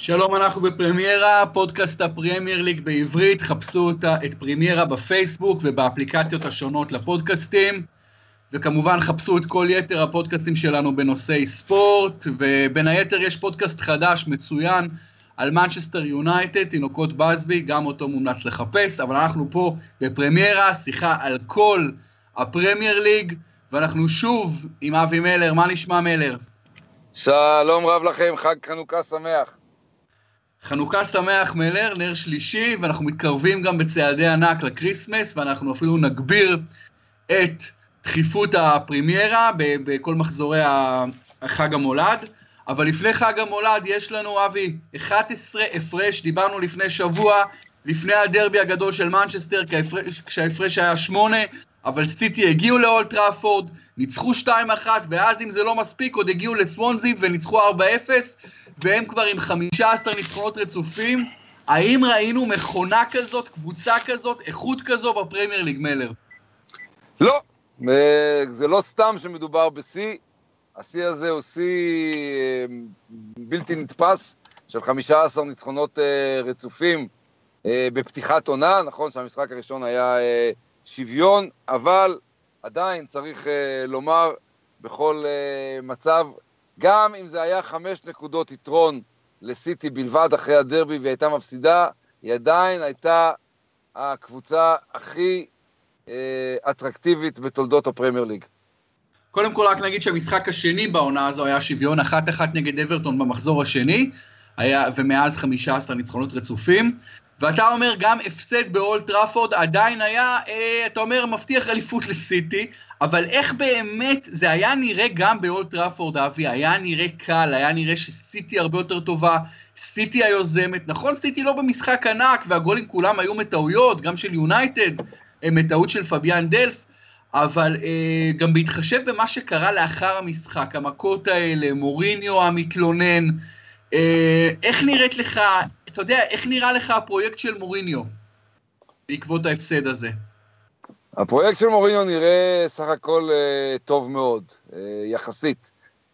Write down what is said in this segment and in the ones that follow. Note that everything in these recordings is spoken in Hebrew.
שלום, אנחנו בפרמיירה, פודקאסט הפרמייר ליג בעברית, חפשו את פרמיירה בפייסבוק ובאפליקציות השונות לפודקאסטים, וכמובן חפשו את כל יתר הפודקאסטים שלנו בנושאי ספורט, ובין היתר יש פודקאסט חדש מצוין על מנצ'סטר יונייטד, תינוקות בסבי, גם אותו מומלץ לחפש, אבל אנחנו פה בפרמיירה, שיחה על כל הפרמייר ליג, ואנחנו שוב עם אבי מלר. מה נשמע מלר? שלום רב לכם, חג חנוכה שמח. חנוכה שמח מלר, נר שלישי, ואנחנו מתקרבים גם בצעדי ענק לקריסמס, ואנחנו אפילו נגביר את דחיפות הפרימיירה בכל מחזורי חג המולד. אבל לפני חג המולד יש לנו, אבי, 11 הפרש, דיברנו לפני שבוע, לפני הדרבי הגדול של מנצ'סטר, כשההפרש היה 8, אבל סיטי הגיעו לאולד טראפורד, ניצחו 2-1, ואז אם זה לא מספיק, עוד הגיעו לסוונזי וניצחו 4-0, והם כבר עם 15 ניצחונות רצופים. האם ראינו מכונה כזאת, קבוצה כזאת, איכות כזו בפרמייר ליג, מלר? לא, זה לא סתם שמדובר בשיא. השיא הזה הוא שיא בלתי נתפס של 15 ניצחונות רצופים בפתיחת עונה. נכון שהמשחק הראשון היה שוויון, אבל עדיין צריך לומר בכל מצב, גם אם זה היה 5 נקודות יתרון לסיטי בלבד אחרי הדרבי והיא הייתה מפסידה, היא עדיין הייתה הקבוצה הכי אטרקטיבית בתולדות הפרמייר ליג. קודם כל רק נגיד שהמשחק השני בעונה הזו היה שוויון 1-1 נגד אברטון במחזור השני, ומאז 15 ניצחונות רצופים, ואתה אומר גם הפסד באולד טראפורד עדיין היה, אתה אומר, מבטיח אליפות לסיטי, אבל איך באמת זה היה נראה גם באולד טראפורד, אבי? היה נראה קל, היה נראה שסיטי הרבה יותר טובה, סיטי היוזמת, נכון סיטי לא במשחק ענק, והגולים כולם היו מטעויות, גם של יונייטד, מטעות של פביאן דלף, אבל גם בהתחשב במה שקרה לאחר המשחק, המכות האלה, מוריניו המתלונן, איך נראית לך, אתה יודע, איך נראה לך הפרויקט של מוריניו בעקבות ההפסד הזה? הפרויקט של מוריניו נראה סך הכל טוב מאוד, יחסית.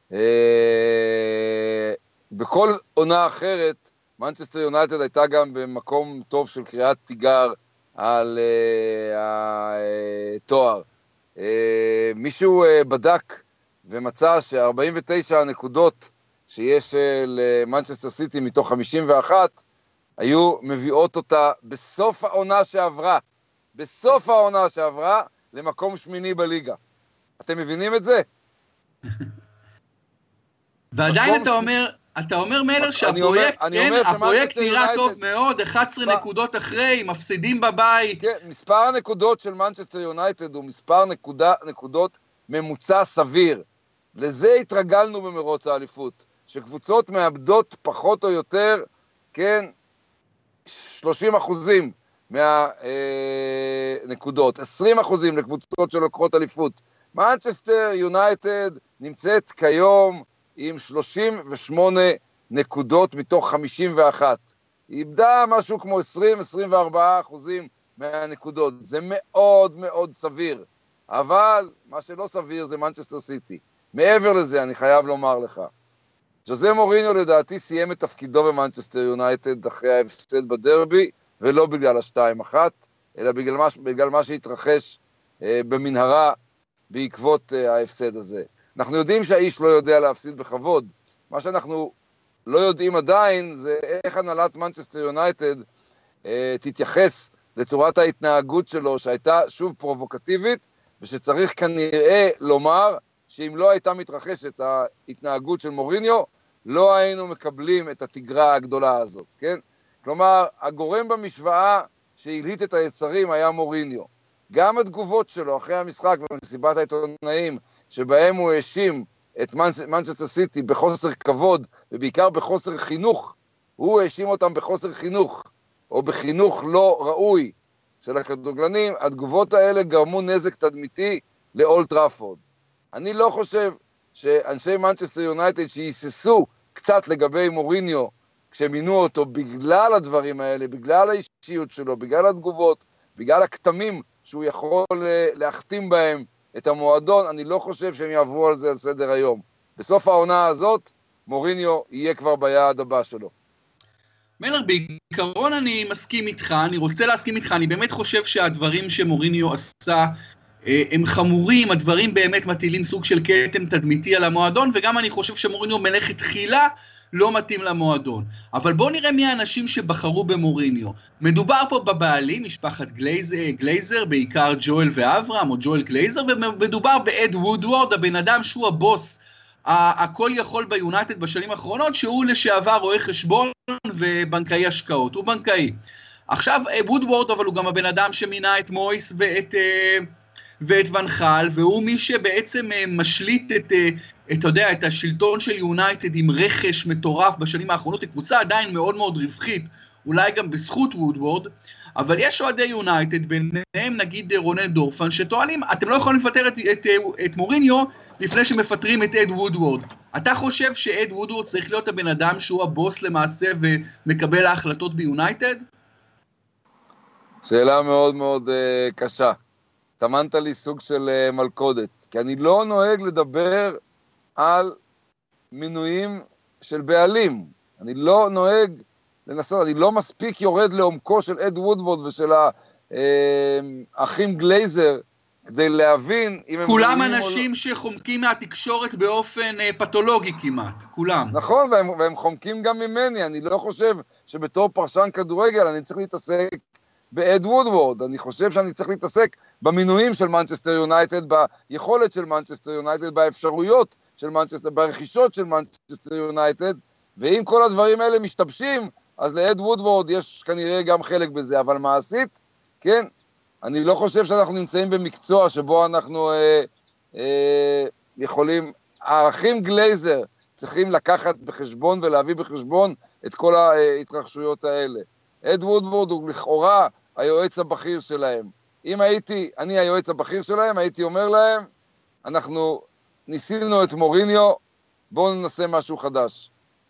בכל עונה אחרת, מנצ'סטר יונייטד הייתה גם במקום טוב של קריאת תיגר על התואר. מישהו בדק ומצא ש49 הנקודות שיש למנצ'סטר סיטי מתוך 51, היו מביאות אותה בסוף העונה שעברה, למקום שמיני בליגה. אתם מבינים את זה? ועדיין אתה אומר מלר שהפרויקט נראה טוב מאוד, 11 נקודות אחרי, מפסידים בבית. כן, מספר הנקודות של מנצ'סטר יונייטד הוא מספר נקודות ממוצע סביר. לזה התרגלנו במרוץ האליפות, שקבוצות מאבדות פחות או יותר, כן, 30% מהנקודות, 20% לקבוצות שלוקחות אליפות. מנצ'סטר יונייטד נמצאת כיום עם 38 נקודות מתוך 51. היא איבדה משהו כמו 20-24% מהנקודות. זה מאוד מאוד סביר. אבל מה שלא סביר זה מנצ'סטר סיטי. מעבר לזה אני חייב לומר לך, ז'וזה מוריניו לדעתי סיים את תפקידו במנצ'סטר יונייטד אחרי ההפסד בדרבי, ולא בגלל ה-2-1, אלא בגלל מה שהתרחש במנהרה בעקבות ההפסד הזה. אנחנו יודעים שהאיש לא יודע להפסיד בכבוד. מה שאנחנו לא יודעים עדיין זה איך הנהלת מנצ'סטר יונייטד תתייחס לצורת ההתנהגות שלו, שהייתה שוב פרובוקטיבית, ושצריך כנראה לומר שאם לא הייתה מתרחשת ההתנהגות של מוריניו, לא היינו מקבלים את התגרה הגדולה הזאת, כן? כלומר, הגורם במשוואה שהלהיט את היצרים היה מוריניו. גם התגובות שלו אחרי המשחק במסיבת העיתונאים, שבהם הוא האשים את מנצ'סטר סיטי בחוסר כבוד, ובעיקר בחוסר חינוך, הוא האשים אותם בחוסר חינוך, או בחינוך לא ראוי של הכדורגלנים. התגובות האלה גרמו נזק תדמיתי לאולד טראפורד. אני לא חושב שאנשי מנצ'סטר יונייטד שהיססו קצת לגבי מוריניו, כשמינו אותו בגלל הדברים האלה, בגלל האישיות שלו, בגלל התגובות, בגלל הכתמים שהוא יכול להחתים בהם את המועדון, אני לא חושב שהם יעברו על זה על סדר היום. בסוף העונה הזאת, מוריניו יהיה כבר ביעד הבא שלו. מלר, בעיקרון אני מסכים איתך, אני רוצה להסכים איתך, אני באמת חושב שהדברים שמוריניו עשה הם חמורים, הדברים באמת מטילים סוג של כתם תדמיתי על המועדון, וגם אני חושב שמוריניו מלאכת תחילה לא מתאים למועדון. אבל בואו נראה מי האנשים שבחרו במוריניו. מדובר פה בבעלים, משפחת גלייזר, בעיקר ג'ואל ואברהם, או ג'ואל גלייזר, ומדובר באד וודוורד, הבן אדם שהוא הבוס, הכל יכול ביונייטד בשנים האחרונות, שהוא לשעבר רואה חשבון ובנקאי השקעות, הוא בנקאי. עכשיו, וודוורד, אבל הוא גם הבן אדם שמינה את מויס ואת ונחל, והוא מי שבעצם משליט אתה יודע, את השלטון של יונייטד עם רכש מטורף בשנים האחרונות, הקבוצה עדיין מאוד מאוד רווחית, אולי גם בזכות וודוורד, אבל יש אוהדי יונייטד, ביניהם נגיד רונן דורפן, שטוענים, אתם לא יכולים לפטר את מוריניו, לפני שמפטרים את אד וודוורד. אתה חושב שאד וודוורד צריך להיות הבן אדם שהוא הבוס למעשה ומקבל ההחלטות ביונייטד? שאלה מאוד מאוד קשה. טמנת לי סוג של מלכודת, כי אני לא נוהג לדבר על מינויים של בעלים. אני לא נוהג לנסות, אני לא מספיק יורד לעומקו של אד וודוורד ושל האחים גלייזר, כדי להבין אם הם... כולם אנשים שחומקים מהתקשורת באופן פתולוגי כמעט, כולם. נכון, והם חומקים גם ממני. אני לא חושב שבתור פרשן כדורגל אני צריך להתעסק באד וודוורד. אני חושב שאני צריך להתעסק במינויים של מנצ'סטר יונייטד, ביכולת של מנצ'סטר יונייטד, באפשרויות של מנצ'סטר, ברכישות של מנצ'סטר יונייטד, ואם כל הדברים האלה משתבשים, אז לאד וודוורד יש כנראה גם חלק בזה, אבל מעשית, כן, אני לא חושב שאנחנו נמצאים במקצוע שבו אנחנו יכולים, האחים גלייזר צריכים לקחת בחשבון ולהביא בחשבון את כל ההתרחשויות האלה. אד וודוורד הוא לכאורה היועץ הבכיר שלהם. אם אני היועץ הבכיר שלהם, הייתי אומר להם, אנחנו ניסינו את מוריניו, בואו ננסה משהו חדש.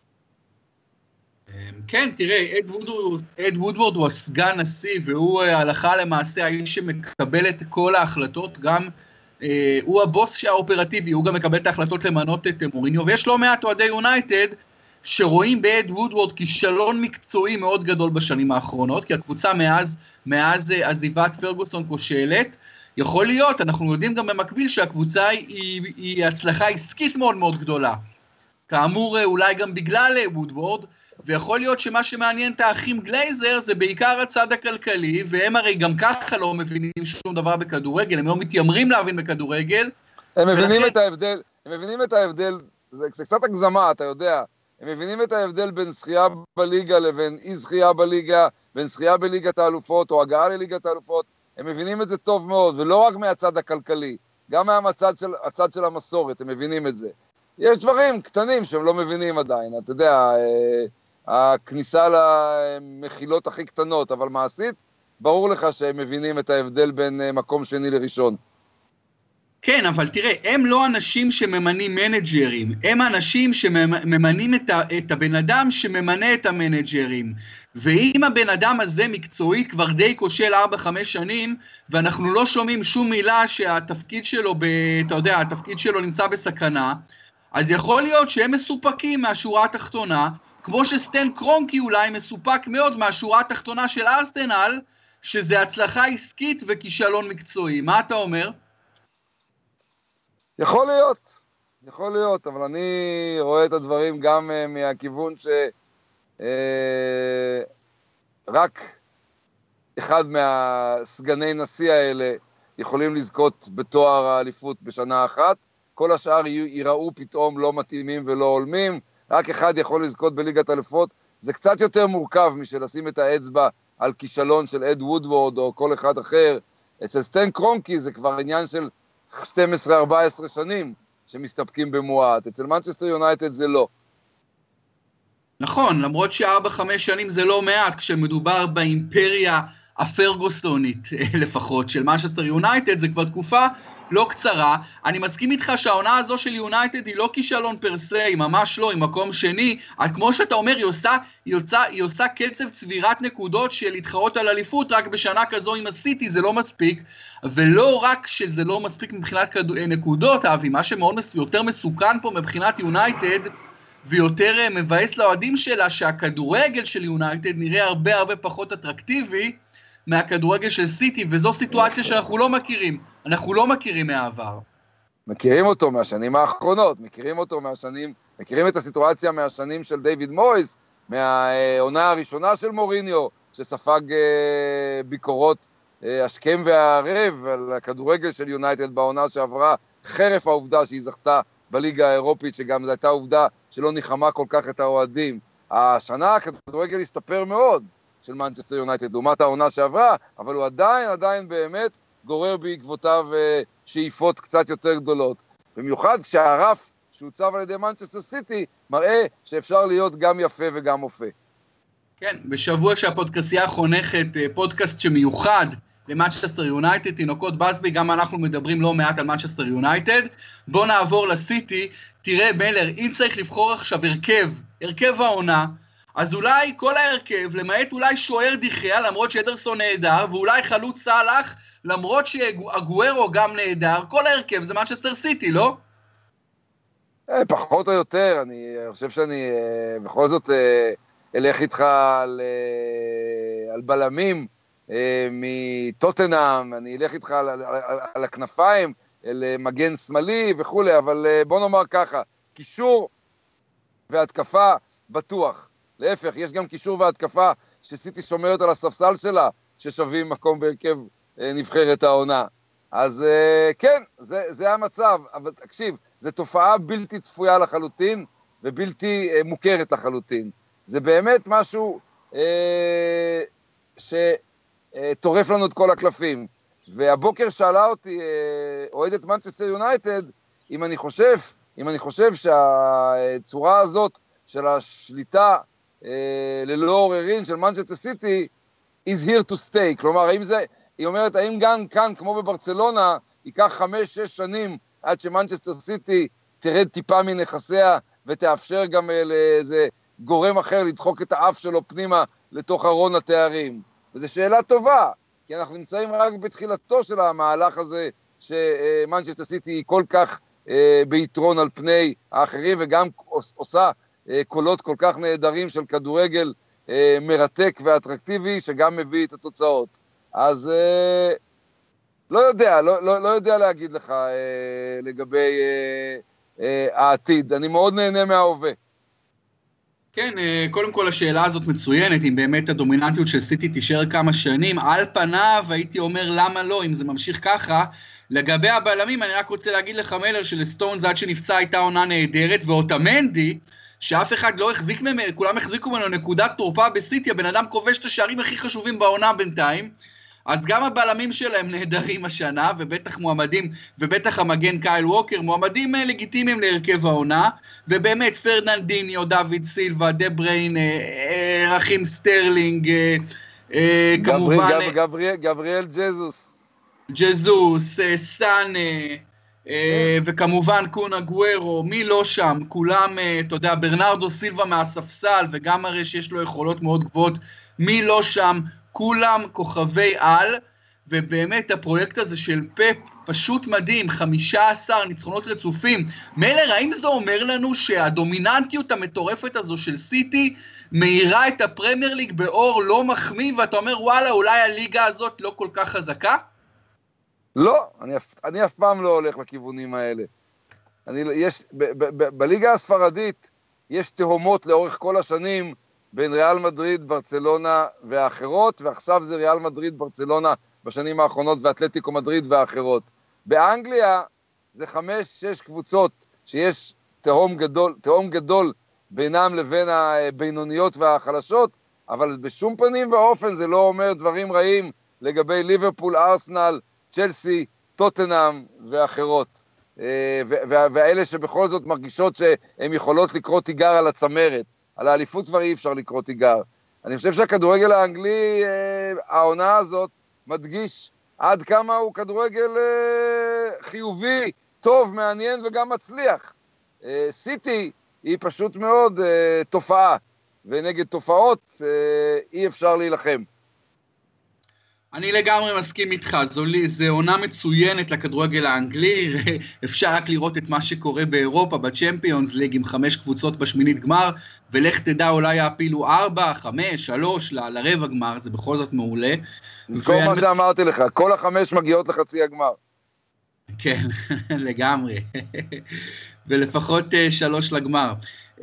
כן, תראה, אד וודוורד הוא הסגן נשיא, והוא הלכה למעשה האיש שמקבל את כל ההחלטות, גם הוא הבוס האופרטיבי, הוא גם מקבל את ההחלטות למנות את מוריניו, ויש לא מעט אוהדי יונייטד שרואים באד וודוורד כישלון מקצועי מאוד גדול בשנים האחרונות, כי הקבוצה מאז עזיבת פרגוסון כושלת, יכול להיות, אנחנו יודעים גם במקביל שהקבוצה היא הצלחה עסקית מאוד מאוד גדולה, כאמור אולי גם בגלל וודוורד, ויכול להיות שמה שמעניין את האחים גלייזר זה בעיקר הצד הכלכלי, והם הרי גם ככה לא מבינים שום דבר בכדורגל, הם לא מתיימרים להבין בכדורגל. הם מבינים את ההבדל, זה קצת הגזמה, אתה יודע, הם מבינים את ההבדל בין זכייה בליגה לבין אי זכייה בליגה, בין זכייה בליגת האלופות או הגעה לליגת האלופות, הם מבינים את זה טוב מאוד, ולא רק מהצד הכלכלי, גם מהצד של המסורת, הם מבינים את זה. יש דברים קטנים שהם לא מבינים עדיין, אתה יודע, הכניסה למחילות הכי קטנות, אבל מעשית, ברור לך שהם מבינים את ההבדל בין מקום שני לראשון. כן, אבל תראה, הם לא אנשים שממנים מנג'רים, הם אנשים שממנים את הבן אדם שממנה את המנג'רים, ואם הבן אדם הזה מקצועי כבר די כושל 4-5 שנים, ואנחנו לא שומעים שום מילה שהתפקיד שלו, אתה יודע, התפקיד שלו נמצא בסכנה, אז יכול להיות שהם מסופקים מהשורה התחתונה, כמו שסטן קרונקי אולי מסופק מאוד מהשורה התחתונה של ארסנל, שזה הצלחה עסקית וכישלון מקצועי. מה אתה אומר? יכול להיות, אבל אני רואה את הדברים גם מהכיוון שרק אחד מהסגני נשיא האלה יכולים לזכות בתואר האליפות בשנה אחת, כל השאר ייראו פתאום לא מתאימים ולא עולמים, רק אחד יכול לזכות בליגת האלופות, זה קצת יותר מורכב משל לשים את האצבע על כישלון של אד וודוורד או כל אחד אחר. אצל סטן קרונקי זה כבר עניין של 12-14 שנים שמסתפקים במועט, אצל מנצ'סטר יונייטד זה לא. נכון, למרות ש4-5 שנים זה לא מעט, כשמדובר באימפריה הפרגוסונית לפחות של מנצ'סטר יונייטד, זה כבר תקופה לא קצרה. אני מסכים איתך שהעונה הזו של יונייטד היא לא כישלון פרסה, היא ממש לא, היא מקום שני, כמו שאתה אומר, היא עושה קצב צבירת נקודות של להתחרות על אליפות, רק בשנה כזו עם הסיטי זה לא מספיק, ולא רק שזה לא מספיק מבחינת נקודות, אבי, מה שמאוד יותר מסוכן פה מבחינת יונייטד, ויותר מבאס לאוהדים שלה שהכדורגל של יונייטד נראה הרבה הרבה פחות אטרקטיבי מהכדורגל של סיטי, וזו סיטואציה שאנחנו לא מכירים, אנחנו לא מכירים מהעבר. מכירים אותו מהשנים האחרונות, מכירים את הסיטואציה מהשנים של דיוויד מויס, מהעונה הראשונה של מוריניו, שספג ביקורות השכם והערב על הכדורגל של יונייטד בעונה שעברה, חרף העובדה שהיא זכתה בליגה האירופית, שגם זו הייתה עובדה שלא ניחמה כל כך את האוהדים. השנה הכדורגל הסתפר מאוד של מנצ'סטר יונייטד, לעומת העונה שעברה, אבל הוא עדיין באמת גורר בעקבותיו שאיפות קצת יותר גדולות. במיוחד כשהרף שהוצב על ידי מנצ'סטר סיטי מראה שאפשר להיות גם יפה וגם מופה. כן, בשבוע שהפודקאסיה חונכת, פודקאסט שמיוחד למנצ'סטר יונייטד, תינוקות בסבי, גם אנחנו מדברים לא מעט על מנצ'סטר יונייטד. בוא נעבור לסיטי, תראה מלר, אם צריך לבחור עכשיו הרכב העונה, אז אולי כל ההרכב, למעט אולי שוער דיחיה, למרות שאדרסון נהדר, ואולי חלוץ סלח, למרות שאגוארו גם נהדר, כל ההרכב זה מנצ'סטר סיטי, לא? פחות או יותר, אני חושב שאני בכל זאת אלך איתך על בלמים מטוטנהאם, אני אלך איתך על הכנפיים, אל מגן שמאלי וכו', אבל בוא נאמר ככה, קישור והתקפה בטוח. להפך, יש גם קישור והתקפה שסיטי שומרת על הספסל שלה, ששווים מקום בהרכב נבחרת העונה. אז כן, זה המצב, אבל תקשיב, זו תופעה בלתי צפויה לחלוטין, ובלתי מוכרת לחלוטין. זה באמת משהו שטורף לנו את כל הקלפים. והבוקר שאלה אותי אוהדת מנצ'סטר יונייטד, אם אני חושב שהצורה הזאת של השליטה ללא עוררין של מנצ'סטר סיטי is here to stay. כלומר, היא אומרת, האם גם כאן, כמו בברצלונה, ייקח 5-6 שנים עד שמנצ'סטר סיטי תרד טיפה מנכסיה, ותאפשר גם לאיזה גורם אחר לדחוק את האף שלו פנימה לתוך ארון התארים. וזו שאלה טובה, כי אנחנו נמצאים רק בתחילתו של המהלך הזה, שמנצ'סטר סיטי היא כל כך ביתרון על פני האחרים, וגם עושה קולות כל כך נהדרים של כדורגל מרתק ואטרקטיבי, שגם מביא את התוצאות. אז לא יודע להגיד לך לגבי העתיד. אני מאוד נהנה מההווה. כן, קודם כל השאלה הזאת מצוינת, אם באמת הדומיננטיות של סיטי תישאר כמה שנים, על פניו הייתי אומר למה לא, אם זה ממשיך ככה. לגבי הבלמים, אני רק רוצה להגיד לך מלר שלסטונס עד שנפצע הייתה עונה נהדרת, ואוטמנדי, שאף אחד לא החזיק ממנו, כולם החזיקו ממנו נקודת תורפה בסיטי, הבן אדם כובש את השערים הכי חשובים בעונה בינתיים, אז גם הבלמים שלהם נהדרים השנה, ובטח מועמדים, ובטח המגן קייל ווקר, מועמדים לגיטימיים להרכב העונה, ובאמת פרננדיניו, דוד סילבה, דה בריין, רכים סטרלינג, כמובן... גבריאל ג'זוס, סאנה, וכמובן קון אגוארו, מי לא שם, כולם, אתה יודע, ברנרדו סילבה מהספסל, וגם הרי שיש לו יכולות מאוד גבוהות, מי לא שם, כולם כוכבי על, ובאמת הפרויקט הזה של פפ פשוט מדהים, 15 ניצחונות רצופים. מלר, האם זה אומר לנו שהדומיננטיות המטורפת הזו של סיטי מאירה את הפרמייר ליג באור לא מחמיא, ואתה אומר וואלה, אולי הליגה הזאת לא כל כך חזקה? לא, אני אף פעם לא הולך לכיוונים האלה. בליגה הספרדית יש תהומות לאורך כל השנים, בין ריאל מדריד, ברצלונה והאחרות, ועכשיו זה ריאל מדריד, ברצלונה בשנים האחרונות, ואתלטיקו מדריד והאחרות. באנגליה זה 5-6 קבוצות שיש תהום גדול בינם לבין הבינוניות והחלשות, אבל בשום פנים ואופן זה לא אומר דברים רעים לגבי ליברפול, ארסנל, צ'לסי, טוטנהאם ואחרות. ואלה שבכל זאת מרגישות שהן יכולות לקרוא תיגר על הצמרת. על האליפות כבר אי אפשר לקרוא תיגר. אני חושב שהכדורגל האנגלי, העונה הזאת, מדגיש עד כמה הוא כדורגל חיובי, טוב, מעניין וגם מצליח. סיטי היא פשוט מאוד תופעה, ונגד תופעות אי אפשר להילחם. אני לגמרי מסכים איתך, זו עונה מצוינת לכדורגל האנגלי, אפשר רק לראות את מה שקורה באירופה, בצ'מפיונס ליג עם 5 קבוצות בשמינית גמר, ולך תדע אולי יעפילו 4, 5, 3 לרבע גמר, זה בכל זאת מעולה. זכור מה שאמרתי לך, כל 5 מגיעות לחצי הגמר. כן, לגמרי, ולפחות 3 לגמר.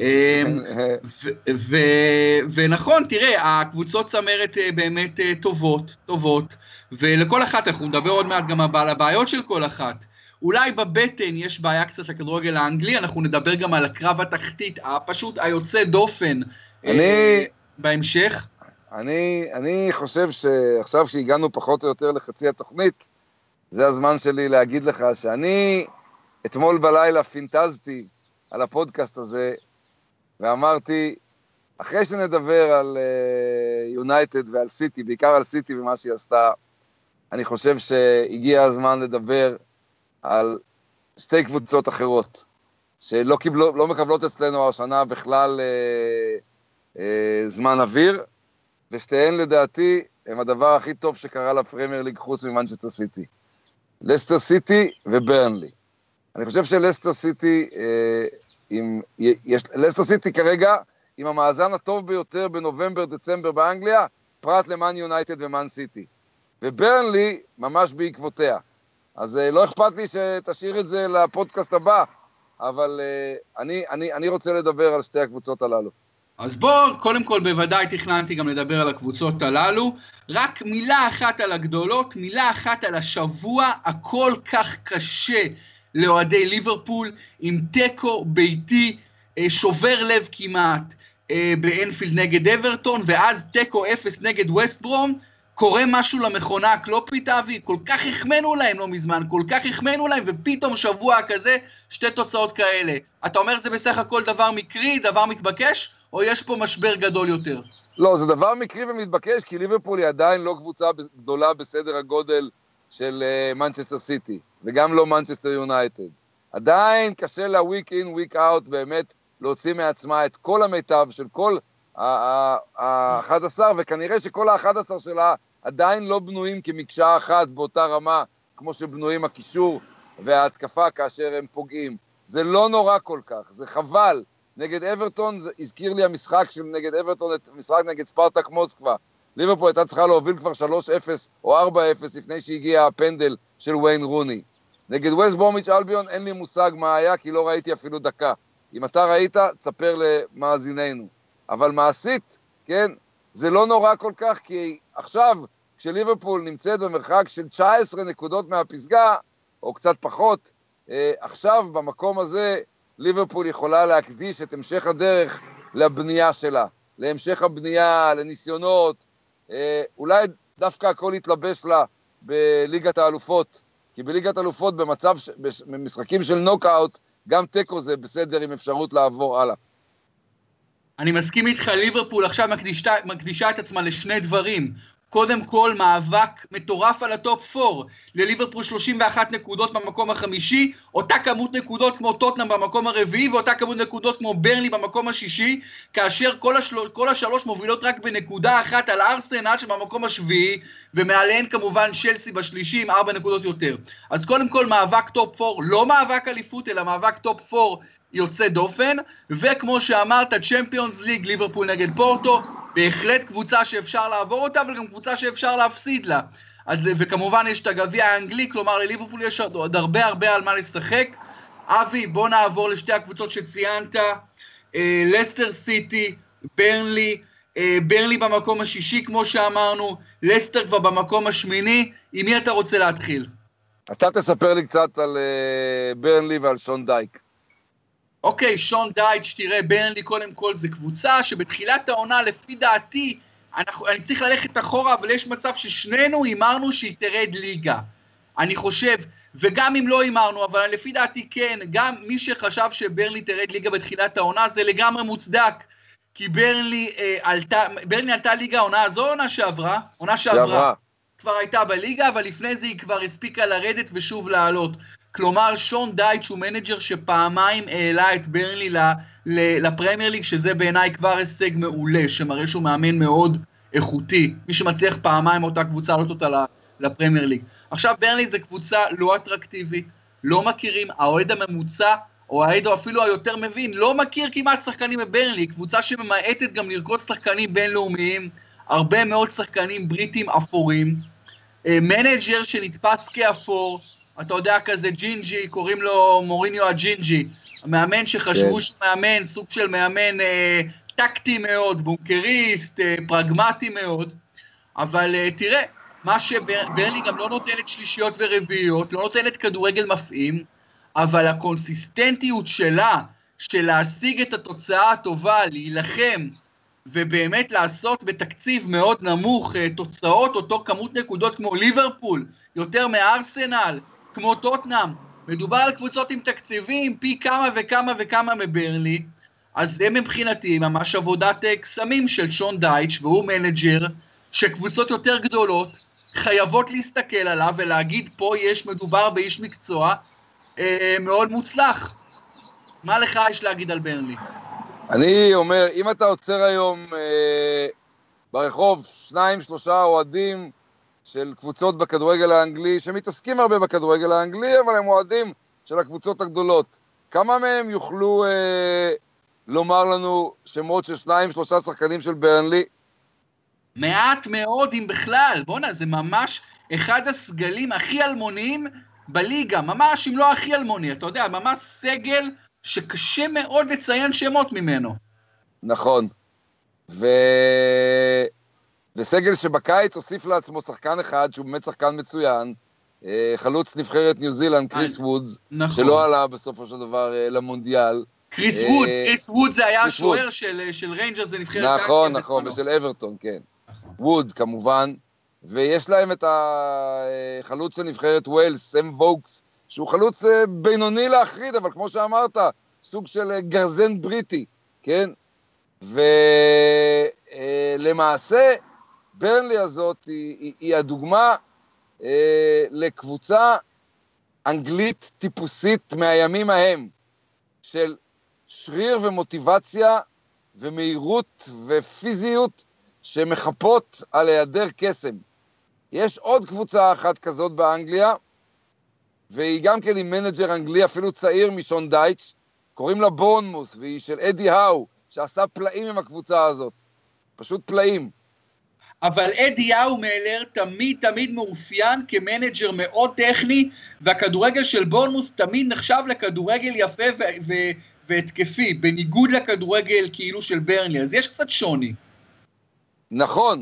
ונכון, תראה, הקבוצות צמרת באמת טובות, ולכל אחת, אנחנו נדבר עוד מעט גם על הבעיות של כל אחת. אולי בבטן יש בעיה קצת לכדורגל האנגלי, אנחנו נדבר גם על הקרב התחתית, פשוט היוצא דופן בהמשך. אני חושב שעכשיו שהגענו פחות או יותר לחצי התוכנית, זה הזמן שלי להגיד לך שאני אתמול בלילה פינטזתי על הפודקאסט הזה, ואמרתי, אחרי שנדבר על יונייטד ועל סיטי, בעיקר על סיטי ומה שהיא עשתה, אני חושב שהגיע הזמן לדבר על 2 קבוצות אחרות, שלא לא מקבלות אצלנו השנה בכלל זמן אוויר, ושתיהן לדעתי הם הדבר הכי טוב שקרה לפרמייר ליג חוץ ממנצ'סטר סיטי. לסטר סיטי וברנלי. אני חושב שלסטר סיטי, לסטר סיטי כרגע עם המאזן הטוב ביותר בנובמבר-דצמבר באנגליה, פרט למאן יונייטד ומאן סיטי. וברנלי ממש בעקבותיה. אז לא אכפת לי שתשאיר את זה לפודקאסט הבא, אבל אני רוצה לדבר על 2 הקבוצות הללו. אז בוא, קודם כל בוודאי תכננתי גם לדבר על הקבוצות הללו, רק מילה אחת על הגדולות, מילה אחת על השבוע הכל כך קשה לאוהדי ליברפול, עם טקו ביתי, שובר לב כמעט באנפילד נגד אברטון, ואז טקו 0 נגד ווסט ברום, קורה משהו למכונה הקלופית, אבי, כל כך החמנו להם לא מזמן, כל כך החמנו להם, ופתאום שבוע כזה, 2 תוצאות כאלה. אתה אומר זה בסך הכל דבר מקרי, דבר מתבקש, או יש פה משבר גדול יותר? לא, זה דבר מקרי ומתבקש, כי ליברפול היא עדיין לא קבוצה גדולה בסדר הגודל של מנצ'סטר סיטי, וגם לא מנצ'סטר יונייטד. עדיין קשה לה week in, week out, באמת להוציא מעצמה את כל המיטב של כל ה-11, וכנראה שכל ה-11 שלה עדיין לא בנויים כמקשה אחת באותה רמה, כמו שבנויים הקישור וההתקפה כאשר הם פוגעים. זה לא נורא כל כך, זה חבל. נגד אברטון, זה הזכיר לי המשחק של נגד אברטון, את המשחק נגד ספרטק מוסקבה. ליברפול הייתה צריכה להוביל כבר 3-0 או 4-0 לפני שהגיע הפנדל של ויין רוני. נגד ווסט ברומיץ' אלביון אין לי מושג מה היה, כי לא ראיתי אפילו דקה. אם אתה ראית, תספר למאזיננו. אבל מעשית, כן, זה לא נורא כל כך, כי עכשיו, כשליברפול נמצאת במרחק של 19 נקודות מהפסגה, או קצת פחות, עכשיו במקום הזה, ליברפול יכולה להקדיש את המשך הדרך לבנייה שלה, להמשך הבנייה, לניסיונות, אולי דווקא הכל יתלבש לה בליגת האלופות, כי בליגת האלופות במשחקים של נוקאוט, גם טקו זה בסדר עם אפשרות לעבור הלאה. אני מסכים איתך, ליברפול עכשיו מקדישה את עצמה לשני דברים. קודם כל, מאבק מטורף על הטופ 4. לליברפול 31 נקודות במקום החמישי, אותה כמות נקודות כמו טוטנהאם במקום הרביעי, ואותה כמות נקודות כמו ברנלי במקום השישי, כאשר כל השלוש מובילות רק בנקודה אחת על ארסנל שבמקום השביעי, ומעליהן כמובן צ'לסי בשלישי עם 4 נקודות יותר. אז קודם כל, מאבק טופ 4, לא מאבק אליפות, אלא מאבק טופ 4 יוצא דופן, וכמו שאמרת, צ'מפיונס ליג, ליברפול נגד פורטו, בהחלט קבוצה שאפשר לעבור אותה, אבל גם קבוצה שאפשר להפסיד לה. אז, וכמובן יש את הגביע האנגלי, כלומר לליברפול יש עוד הרבה על מה לשחק. אבי, בוא נעבור לשתי הקבוצות שציינת, לסטר סיטי, ברנלי, ברנלי במקום השישי כמו שאמרנו, לסטר כבר במקום השמיני, עם מי אתה רוצה להתחיל? אתה תספר לי קצת על ברנלי ועל שון דייק. אוקיי, שון דייץ', תראה, ברנלי קודם כל זה קבוצה שבתחילת העונה, לפי דעתי, אני צריך ללכת אחורה, אבל יש מצב ששנינו אמרנו שהיא תרד ליגה. אני חושב, וגם אם לא אמרנו, אבל לפי דעתי כן, גם מי שחשב שברנלי תרד ליגה בתחילת העונה, זה לגמרי מוצדק. כי ברנלי עלתה ליגה עונה הזו, עונה שעברה. כבר הייתה בליגה, אבל לפני זה היא כבר הספיקה לרדת ושוב לעלות. כלומר, שון דייץ' הוא מנג'ר שפעמיים העלה את ברנלי לפרמייר ליג, שזה בעיניי כבר הישג מעולה, שמראה שהוא מאמן מאוד איכותי, מי שמצליח פעמיים אותה קבוצה לעלות אותה לפרמייר ליג. עכשיו ברנלי זה קבוצה לא אטרקטיבית, לא מכירים, האוהד הממוצע, או האוהד אפילו היותר מבין, לא מכיר כמעט שחקנים בברנלי, קבוצה שממעטת גם לרכוש שחקנים בינלאומיים, הרבה מאוד שחקנים בריטים אפורים, מנג'ר שנתפס כאפור, אתה יודע כזה ג'ינג'י, קוראים לו מוריניו הג'ינג'י, המאמן שחשבו שהוא מאמן, סוג של מאמן טקטי מאוד, בונקריסט, פרגמטי מאוד, אבל תראה, מה שברנלי גם לא נותנת שלישיות ורביעיות, לא נותנת כדורגל מפעים, אבל הקונסיסטנטיות שלה, של להשיג את התוצאה הטובה, להילחם, ובאמת לעשות בתקציב מאוד נמוך תוצאות, אותו כמות נקודות כמו ליברפול, יותר מארסנל, כמו טוטנאם, מדובר על קבוצות עם תקציבים, פי כמה וכמה וכמה מברנלי, אז זה מבחינתי ממש עבודת קסמים של שון דייץ', והוא מנג'ר, שקבוצות יותר גדולות, חייבות להסתכל עליו ולהגיד פה מדובר באיש מקצוע מאוד מוצלח. מה לך יש להגיד על ברנלי? אני אומר, אם אתה עוצר היום ברחוב 2-3 אוהדים של קבוצות בכדורגל האנגלי, שמתעסקים הרבה בכדורגל האנגלי, אבל הם אוהדים של הקבוצות הגדולות, כמה מהם יוכלו לומר לנו שמות של 2-3 שחקנים של ברנלי? מעט מאוד אם בכלל, בונה, זה ממש אחד הסגלים הכי אלמוניים בליגה, ממש אם לא הכי אלמוני, אתה יודע, ממש סגל שקשה מאוד לציין שמות ממנו. נכון, וסגל שבקיץ הוסיף לעצמו שחקן אחד, שהוא באמת שחקן מצוין, חלוץ נבחרת ניו זילנד, קריס וודס, נכון. שלא עלה בסופו של דבר למונדיאל. קריס ווד זה היה השוער של ריינג'רס, זה נבחרת... נכון, ושל אברטון, כן. ווד כמובן, ויש להם את החלוץ של נבחרת ווילס, סם ווקס, שהוא חלוץ בינוני להחריד, אבל כמו שאמרת, סוג של גרזן בריטי, כן? ולמעשה, ברנלי הזאת היא הדוגמה לקבוצה אנגלית טיפוסית מהימים ההם, של שריר ומוטיבציה ומהירות ופיזיות שמחפות על היעדר קסם. יש עוד קבוצה אחת כזאת באנגליה, והיא גם כן עם מנג'ר אנגלי אפילו צעיר משון דייץ', קוראים לה בורנמות', והיא של אדי האו, שעשה פלאים עם הקבוצה הזאת. פשוט פלאים. אבל אדי האו מלר תמיד מאופיין כמנג'ר מאוד טכני, והכדורגל של בורנמות' תמיד נחשב לכדורגל יפה והתקפי, בניגוד לכדורגל כאילו של ברנלי, אז יש קצת שוני. נכון,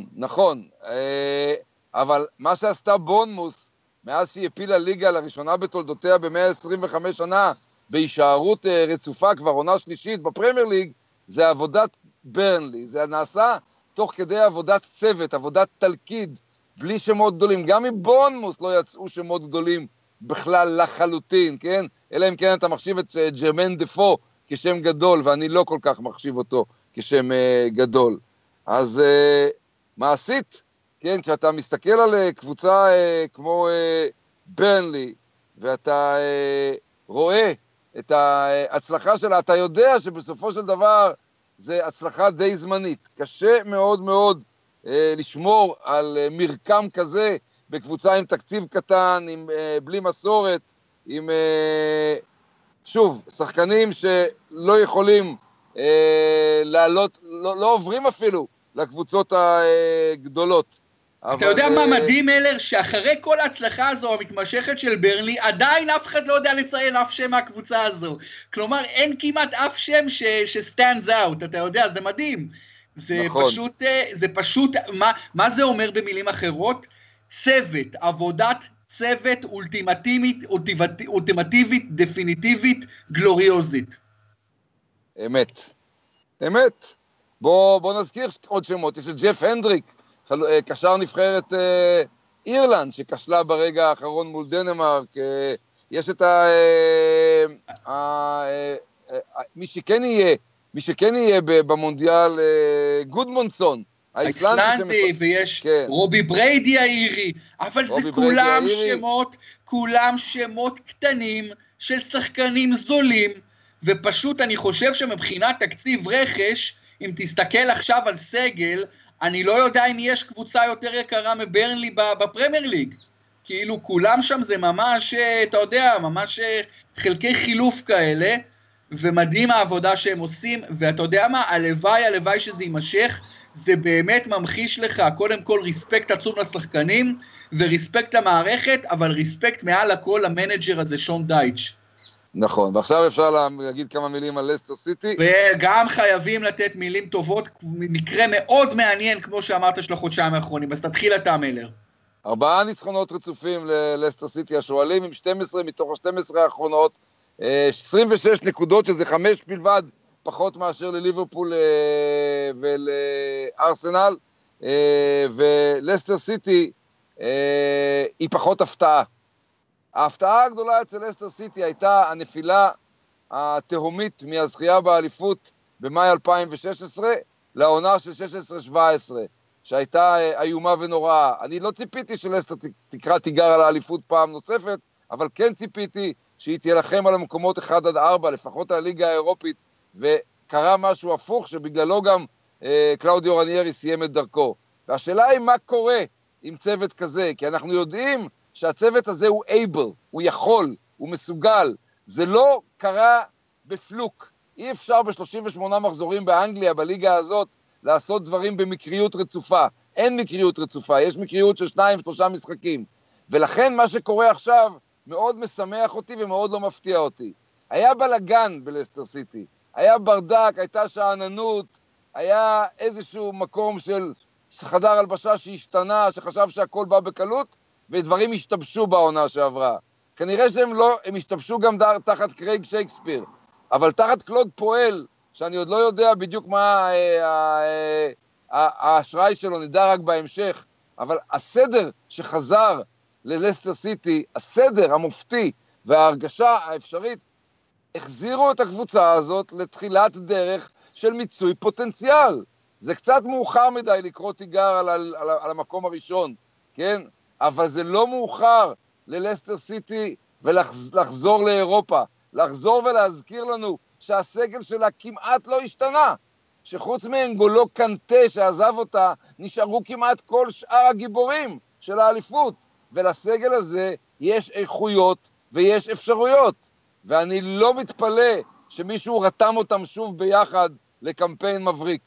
אבל מה שעשתה בורנמות' מאז שהיא הפילה ליגה לראשונה בתולדותיה ב-125 שנה, בהישארות רצופה כבר עונה שלישית בפרמייר ליג, זה עבודת ברנלי, זה נעשה תוך כדי עבודת צוות, עבודת תלכיד, בלי שמות גדולים, גם מבורנמות' לא יצאו שמות גדולים בכלל לחלוטין, כן? אלא אם כן אתה מחשיב את ג'רמן דפו כשם גדול, ואני לא כל כך מחשיב אותו כשם גדול. אז מעשית, כן, כשאתה מסתכל על קבוצה כמו ברנלי, ואתה רואה את ההצלחה שלה, אתה יודע שבסופו של דבר זה הצלחה די זמנית. קשה מאוד מאוד לשמור על מרקם כזה בקבוצה עם תקציב קטן, בלי מסורת, עם שוב, שחקנים שלא יכולים לעלות, לא עוברים אפילו לקבוצות הגדולות. אתה יודע מה מדהים, אלר? שאחרי כל ההצלחה הזו המתמשכת של ברנלי, עדיין אף אחד לא יודע לציין אף שם מהקבוצה הזו. כלומר, אין כמעט אף שם שסטנדס אאוט, אתה יודע, זה מדהים. זה פשוט, מה זה אומר במילים אחרות? צוות, עבודת צוות אולטימטיבית, דפיניטיבית, גלוריוזית. אמת. בוא נזכיר עוד שמות. יש את ג'ף הנדריק, קשר נבחרת אירלנד, שכשלה ברגע האחרון מול דנמרק. יש את מי שכן יהיה במונדיאל, גודמונסון, האיסלנדי, ויש רובי בריידי האירי, אבל זה כולם שמות קטנים של שחקנים זולים, ופשוט אני חושב שמבחינת תקציב רכש, אם תסתכל עכשיו על סגל, אני לא יודע אם יש קבוצה יותר יקרה מברנלי בפרמייר ליג. כאילו כולם שם זה ממש, אתה יודע, ממש חלקי חילוף כאלה, ומדהים העבודה שהם עושים, ואתה יודע מה, הלוואי שזה יימשך, זה באמת ממחיש לך, קודם כל ריספקט עצום לשחקנים, וריספקט למערכת, אבל ריספקט מעל הכל למנג'ר הזה, שון דייץ'. נכון, ועכשיו אפשר להגיד כמה מילים על לסטר סיטי. וגם חייבים לתת מילים טובות, מקרה מאוד מעניין, כמו שאמרת של החודשיים האחרונים, אז תתחיל אתה מלר. 4 ניצחונות רצופים ללסטר סיטי, השואלים עם 12 מתוך ה-12 האחרונות, 26 נקודות, שזה 5 בלבד, פחות מאשר לליברפול ולארסנל, ולסטר סיטי היא פחות הפתעה. ההפתעה הגדולה אצל לסטר סיטי הייתה הנפילה התהומית מהזכייה באליפות במאי 2016 לעונה של 16-17, שהייתה איומה ונוראה. אני לא ציפיתי שלסטר תקרא תיגר על האליפות פעם נוספת, אבל כן ציפיתי שהיא תילחם על המקומות 1-4, לפחות על הליגה האירופית, וקרה משהו הפוך, שבגללו גם קלאודיו רניירי סיים את דרכו. והשאלה היא מה קורה עם צוות כזה, כי אנחנו יודעים שהצוות הזה הוא able, הוא יכול, הוא מסוגל. זה לא קרה בפלוק. אי אפשר ב-38 מחזורים באנגליה, בליגה הזאת, לעשות דברים במקריות רצופה. אין מקריות רצופה, יש מקריות של 2-3 משחקים. ולכן מה שקורה עכשיו מאוד משמח אותי ומאוד לא מפתיע אותי. היה בלגן בלסטר סיטי, היה ברדק, הייתה שעננות, היה איזשהו מקום של חדר הלבשה שהשתנה, שחשב שהכל בא בקלות, ודברים השתבשו בעונה שעברה. כנראה שהם לא, הם השתבשו גם תחת קרייג שייקספיר, אבל תחת קלוד פועל, שאני עוד לא יודע בדיוק מה האשראי שלו, נדע רק בהמשך, אבל הסדר שחזר ללסטר סיטי, הסדר המופתי וההרגשה האפשרית, החזירו את הקבוצה הזאת לתחילת דרך של מיצוי פוטנציאל. זה קצת מאוחר מדי לקרוא תיגר על המקום הראשון, כן? אבל זה לא מאוחר ללסטר סיטי ולחזור לאירופה, לחזור ולהזכיר לנו שהסגל שלה כמעט לא השתנה, שחוץ מאנגולו קנטה שעזב אותה, נשארו כמעט כל שאר הגיבורים של האליפות, ולסגל הזה יש איכויות ויש אפשרויות, ואני לא מתפלא שמישהו רתם אותם שוב ביחד לקמפיין מבריק.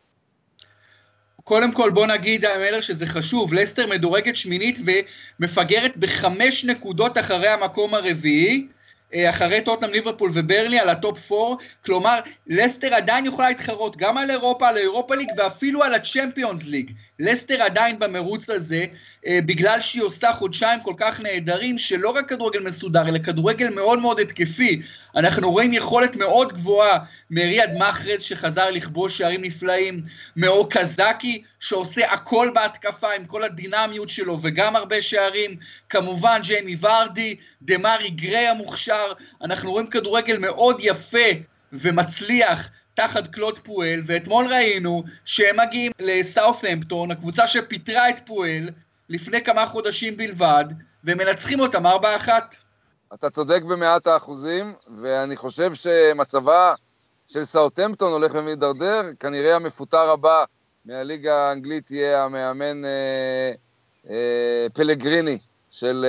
קודם כל בוא נגיד מלר שזה חשוב, לסטר מדורגת שמינית ומפגרת ב5 נקודות אחרי המקום הרביעי, אחרי טוטנהאם, ליברפול וברנלי על הטופ 4, כלומר לסטר עדיין יכולה להתחרות גם על אירופה, על האירופה ליג ואפילו על הצ'מפיונס ליג. לסטר עדיין במרוץ הזה, בגלל שהיא עושה חודשיים כל כך נהדרים, שלא רק כדורגל מסודר, אלא כדורגל מאוד מאוד התקפי. אנחנו רואים יכולת מאוד גבוהה מריאד מחרז שחזר לכבוש שערים נפלאים, מאו קזקי שעושה הכל בהתקפה עם כל הדינמיות שלו וגם הרבה שערים, כמובן ג'יימי ורדי, דמרי גריי המוכשר. אנחנו רואים כדורגל מאוד יפה ומצליח תחת קלוד פואל, ואתמול ראינו שהם מגיעים לסאות'המפטון, הקבוצה שפיטרה את פואל לפני כמה חודשים בלבד, ומנצחים אותם 4-1. אתה צודק ב100%, ואני חושב שמצבה של סאות'המפטון הולך ומתדרדר, כנראה המפוטר הבא מהליגה האנגלית יהיה המאמן פלגריני של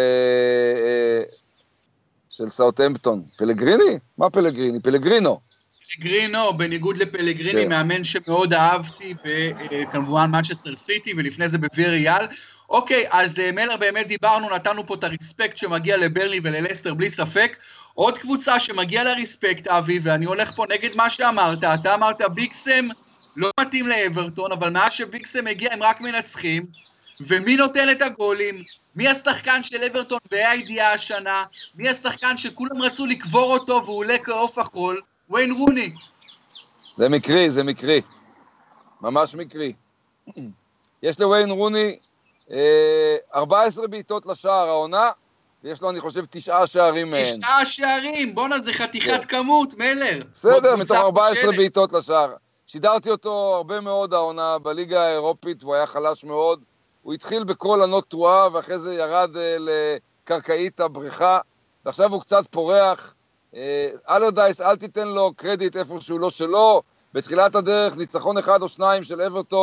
סאות'המפטון. פלגריני? מה פלגריני? פלגרינו. פלגרינו, בניגוד לפלגריני, מאמן שמאוד אהבתי, וכמובן מנצ'סטר סיטי, ולפני זה בוויאריאל. אוקיי, אז מלר באמת דיברנו, נתנו פה את הרספקט שמגיע לברנלי וללסטר בלי ספק. עוד קבוצה שמגיע לרספקט, אבי, ואני הולך פה נגד מה שאמרת, אתה אמרת ביקסם לא מתאים לאברטון, אבל מאז שביקסם הגיע הם רק מנצחים, ומי נותן את הגולים? מי השחקן של אברטון בהידיעה השנה? מי השחקן שכולם רצו לקבור אותו והוא עולה כעוף החול? וויין רוני. זה מקרי, זה מקרי. ממש מקרי. יש לוויין רוני 14 בעיטות לשער העונה, ויש לו אני חושב 9 שערים מהן. 9 שערים, בונה זה חתיכת כמות, מלר. בסדר, מתוך 14 בעיטות לשער. שידרתי אותו הרבה מאוד העונה בליגה האירופית, והוא היה חלש מאוד. הוא התחיל בכל ענות תרועה, ואחרי זה ירד לקרקעית הבריכה, ועכשיו הוא קצת פורח. אלרדייס, אל תיתן לו קרדיט איפה שהוא לא שלו. בתחילת הדרך, ניצחון 1 או 2 של אברטון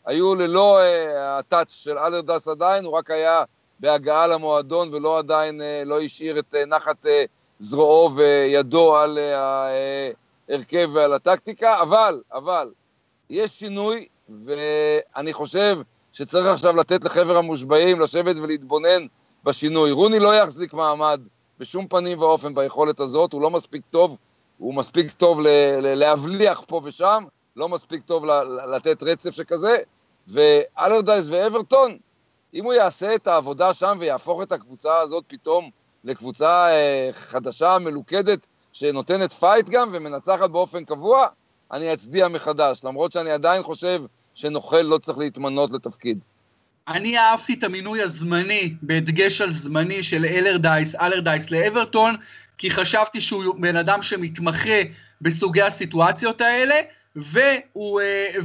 היו ללא הטאץ' של אלרדייס עדיין, הוא רק היה בהגעה למועדון, ולא עדיין, לא השאיר את נחת זרועו וידו על ההרכב ועל הטקטיקה, אבל, יש שינוי, ואני חושב שצריך עכשיו לתת לחבר המושבעים לשבת ולהתבונן בשינוי. רוני לא יחזיק מעמד בשום פנים ואופן ביכולת הזאת, הוא לא מספיק טוב, הוא מספיק טוב להבליח פה ושם, לא מספיק טוב לתת רצף שכזה, ואלרדייס ואברטון, אם הוא יעשה את העבודה שם ויהפוך את הקבוצה הזאת פתאום לקבוצה חדשה, מלוכדת, שנותנת פייט גם ומנצחת באופן קבוע, אני אצדיע מחדש, למרות שאני עדיין חושב שנוכל לא צריך להתמנות לתפקיד. אני אהבתי את המינוי הזמני, בהדגש על זמני של אלרדייס לאברטון, כי חשבתי שהוא בן אדם שמתמחה בסוגי הסיטואציות האלה, והוא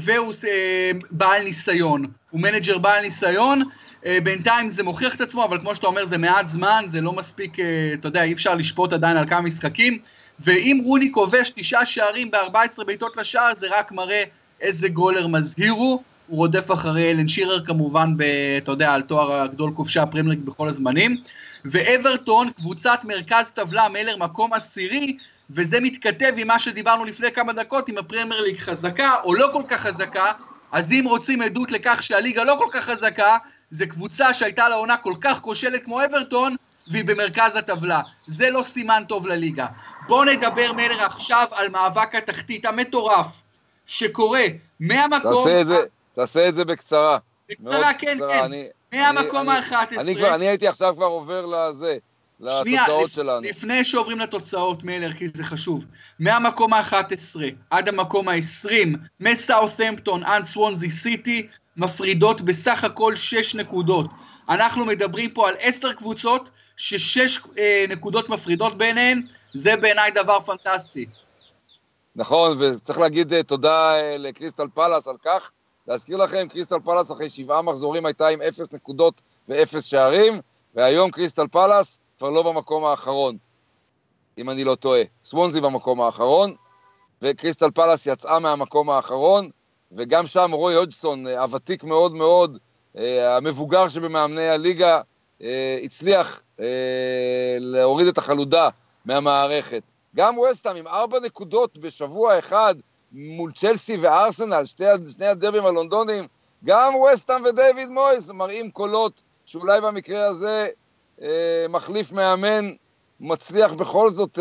בעל ניסיון, הוא מנג'ר בעל ניסיון, בינתיים זה מוכיח את עצמו, אבל כמו שאתה אומר זה מעט זמן, זה לא מספיק, אתה יודע, אי אפשר לשפוט עדיין על כמה משחקים, ואם רוני כובש 9 שערים ב-14 בעיטות לשער, זה רק מראה איזה גולר מזהיר הוא רודף אחרי אלן שירר כמובן, אתה יודע, על תואר הגדול כובשי הפרמייר ליג בכל הזמנים, ואברטון, קבוצת מרכז טבלה, מלר מקום 10, וזה מתכתב עם מה שדיברנו לפני כמה דקות, אם הפרמייר ליג חזקה או לא כל כך חזקה, אז אם רוצים עדות לכך שהליגה לא כל כך חזקה, זה קבוצה שהייתה לעונה כל כך כושלת כמו אברטון, והיא במרכז הטבלה. זה לא סימן טוב לליגה. בואו נדבר מלר עכשיו על מאבק התחתית המטורף, שקורה מהמקום... תעשה את זה בקצרה. בקצרה, כן. מהמקום ה-11. אני הייתי עכשיו כבר עובר לתוצאות שלנו. לפני שעוברים לתוצאות, מלר, כי זה חשוב. מהמקום ה-11 עד המקום ה-20, מסאות'המפטון עד סוונזי סיטי, מפרידות בסך הכל 6 נקודות. אנחנו מדברים פה על 10 קבוצות, ש6 נקודות מפרידות ביניהן, זה בעיניי דבר פנטסטי. נכון, וצריך להגיד תודה לקריסטל פלאס על כך. להזכיר לכם, קריסטל פלאס אחרי 7 מחזורים הייתה עם 0 נקודות ו0 שערים, והיום קריסטל פלאס כבר לא במקום האחרון, אם אני לא טועה. סוונזי במקום האחרון, וקריסטל פלאס יצאה מהמקום האחרון, וגם שם רוי הודגסון, הוותיק מאוד מאוד, המבוגר שבמאמני הליגה, הצליח להוריד את החלודה מהמערכת. גם ווסטהאם עם 4 נקודות בשבוע אחד, מול צ'לסי וארסנל, שני הדרבים הלונדונים, גם ווסטהאם ודייוויד מויס מראים קולות שאולי במקרה הזה מחליף מאמן מצליח בכל זאת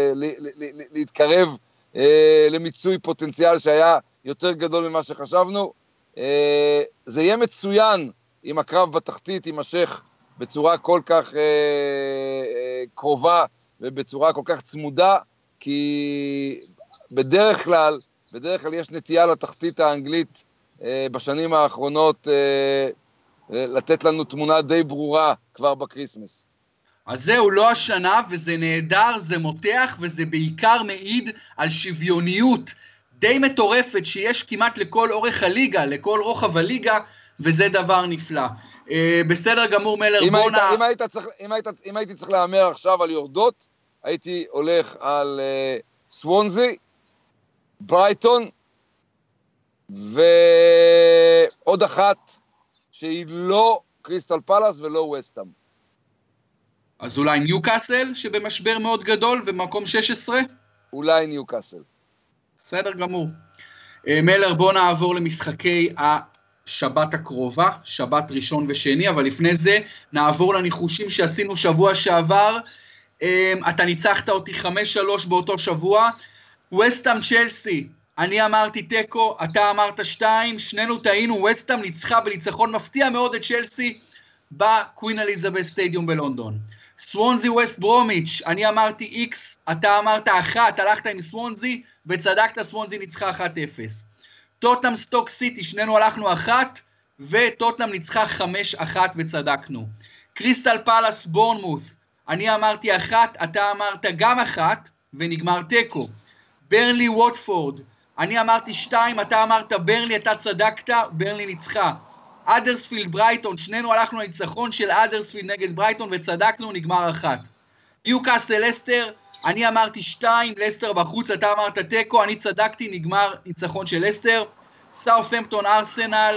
להתקרב למיצוי פוטנציאל שהיה יותר גדול ממה שחשבנו. זה יהיה מצוין אם הקרב בתחתית יימשך בצורה כל כך קרובה ובצורה כל כך צמודה, כי בדרך כלל יש נטייה לתחתית האנגלית בשנים האחרונות לתת לנו תמונה די ברורה כבר בקריסמס. אז זהו, לא השנה, וזה נהדר, זה מותח, וזה בעיקר מעיד על שוויוניות די מטורפת שיש כמעט לכל אורך הליגה, לכל רוחב הליגה, וזה דבר נפלא. בסדר גמור, מלר, אם הייתי צריך להאמר עכשיו על יורדות, הייתי הולך על סוונזי, ברייטון, ועוד אחת שהיא לא קריסטל פלאס ולא ווסטהאם. אז אולי ניוקאסל שבמשבר מאוד גדול ומקום 16? אולי ניוקאסל. בסדר גמור. מלר, בוא נעבור למשחקי השבת הקרובה, שבת ראשון ושני, אבל לפני זה נעבור לניחושים שעשינו שבוע שעבר. אתה ניצחת אותי 5-3 באותו שבוע. ווסטהאם צ'לסי, אני אמרתי טקו, אתה אמרת 2, שנינו טעינו, ווסטהאם ניצחה בניצחון מפתיע מאוד את צ'לסי בקווין אליזבת סטדיום בלונדון. סוונזי ווסט ברומיץ', אני אמרתי X, אתה אמרת 1, הלכת עם סוונזי, וצדקת, סוונזי ניצחה 1-0. טוטנהאם סטוק סיטי, שנינו הלכנו 1, וטוטנהאם ניצחה 5-1 וצדקנו. קריסטל פלאס בורנמות', אני אמרתי 1, אתה אמרת גם 1, ונגמר טקו. ברנלי ווטפורד, אני אמרתי 2, אתה אמרת ברנלי, אתה צדקת, ברנלי ניצחה. אדרספילד ברייטון, שנינו הלכנו לניצחון של אדרספילד נגד ברייטון וצדקנו, נגמר 1. ניוקאסל לסטר, אני אמרתי 2, לסטר בחוץ, אתה אמרת טקו, אני צדקתי, נגמר ניצחון של לסטר. סאות'המפטון ארסנל,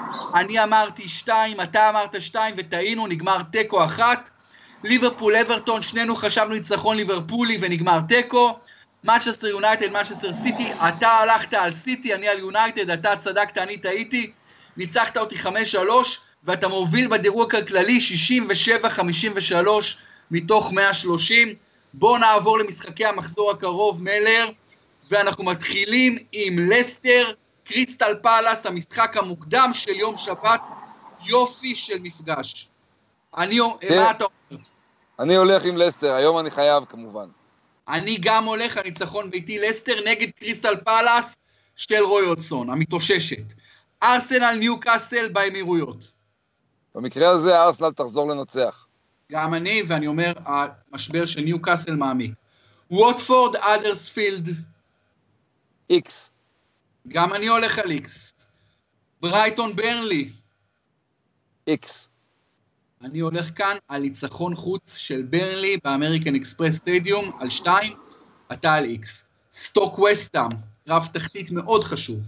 אני אמרתי 2, אתה אמרת 2 וטעינו, נגמר תיקו 1. ליברפול אברטון, שנינו חשבנו ניצחון ליברפולי ונגמר תיקו. מנצ'סטר יונייטד, מנצ'סטר סיטי, אתה הלכת על סיטי, אני על יונייטד, אתה צדקת, אני טעיתי, ניצחת אותי 5-3, ואתה מוביל בדירוג הכללי 67-53 מתוך 130. בואו נעבור למשחקי המחזור הקרוב, מלר, ואנחנו מתחילים עם לסטר, קריסטל פלאס, המשחק המוקדם של יום שבת, יופי של מפגש. מה אתה אומר? אני הולך עם לסטר, היום אני חייב כמובן. אני גם הולך על ניצחון ביתי לסטר נגד קריסטל פלאס של רוי הודסון, המתאוששת. ארסנל ניוקאסל באמירויות. במקרה הזה ארסנל תחזור לנצח. גם אני, ואני אומר, המשבר של ניוקאסל מעמיק. ווטפורד אדרספילד. איקס. גם אני הולך על איקס. ברייטון ברנלי. איקס. אני הולך כאן על ניצחון חוץ של ברנלי באמריקן אקספרס סטדיום על 2, אתה על איקס. סטוק וסטאם, רב תחתית מאוד חשוב.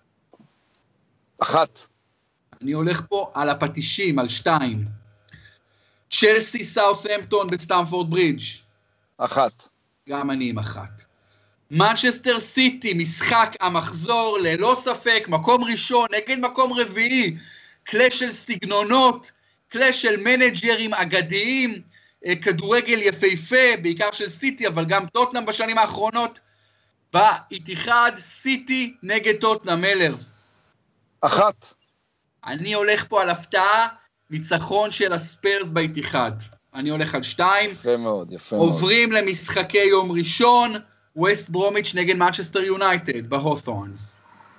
1. אני הולך פה על הפטישים, על 2. צ'לסי סאות'המפטון בסטמפורד ברידג'. 1. גם אני עם 1. מנצ'סטר סיטי, משחק המחזור ללא ספק, מקום ראשון נגד מקום רביעי, קלאש של סגנונות, קלאש של מנג'רים אגדיים, כדורגל יפהפה, בעיקר של סיטי, אבל גם טוטנאם בשנים האחרונות, באיתיחד סיטי נגד טוטנאם. מלר. 1. אני הולך פה על הפתעה, ניצחון של הספרס באיתיחד. אני הולך על 2. יפה מאוד, יפה מאוד. עוברים למשחקי יום ראשון, ווסט ברומיץ' נגד מנצ'סטר יונייטד, בהות'ורנס.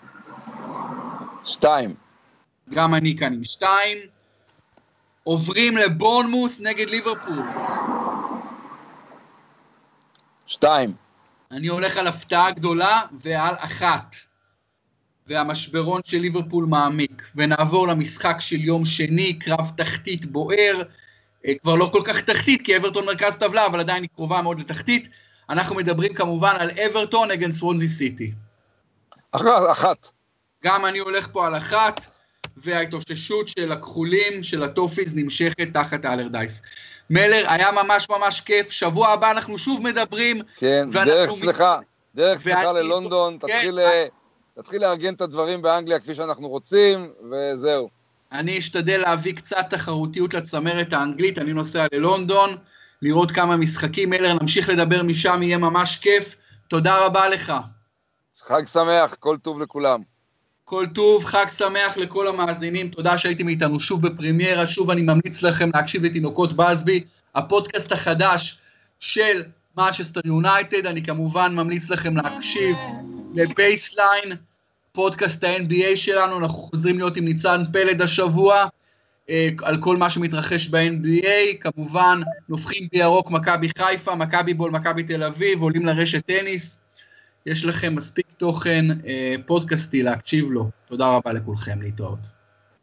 2. גם אני כאן עם 2. עוברים לבורנמות' נגד ליברפול. 2. אני הולך על הפתעה גדולה ועל 1. והמשברון של ליברפול מעמיק. ונעבור למשחק של יום שני, קרב תחתית בוער. כבר לא כל כך תחתית, כי אברטון מרכז טבלה, אבל עדיין היא קרובה מאוד לתחתית. אנחנו מדברים כמובן על אברטון נגד סוונזי סיטי. 1. גם אני הולך פה על 1. וההתאוששות של הכחולים, של הטופיז, נמשכת תחת האלרדייס. מלר, היה ממש ממש כיף, שבוע הבא אנחנו שוב מדברים. כן, דרך סליחה ללונדון, תתחיל לארגן את הדברים באנגליה כפי שאנחנו רוצים, וזהו. אני אשתדל להביא קצת תחרותיות לצמרת האנגלית, אני נוסע ללונדון, לראות כמה משחקים. מלר, נמשיך לדבר משם, יהיה ממש כיף. תודה רבה לך. חג שמח, כל טוב לכולם. כל טוב, חג שמח לכל המאזינים, תודה שהייתם איתנו שוב בפרימיירה, שוב אני ממליץ לכם להקשיב לתינוקות בסבי, הפודקאסט החדש של מנצ'סטר יונייטד, אני כמובן ממליץ לכם להקשיב לבייסליין, פודקאסט ה-NBA שלנו, אנחנו חוזרים להיות עם ניצן פלד השבוע, על כל מה שמתרחש ב-NBA, כמובן נופחים בירוק מכבי חיפה, מכבי בול, מכבי תל אביב, עולים לרשת טניס, יש לכם מספיק תוכן פודקאסטי להקשיב לו. תודה רבה לכולכם, להתראות.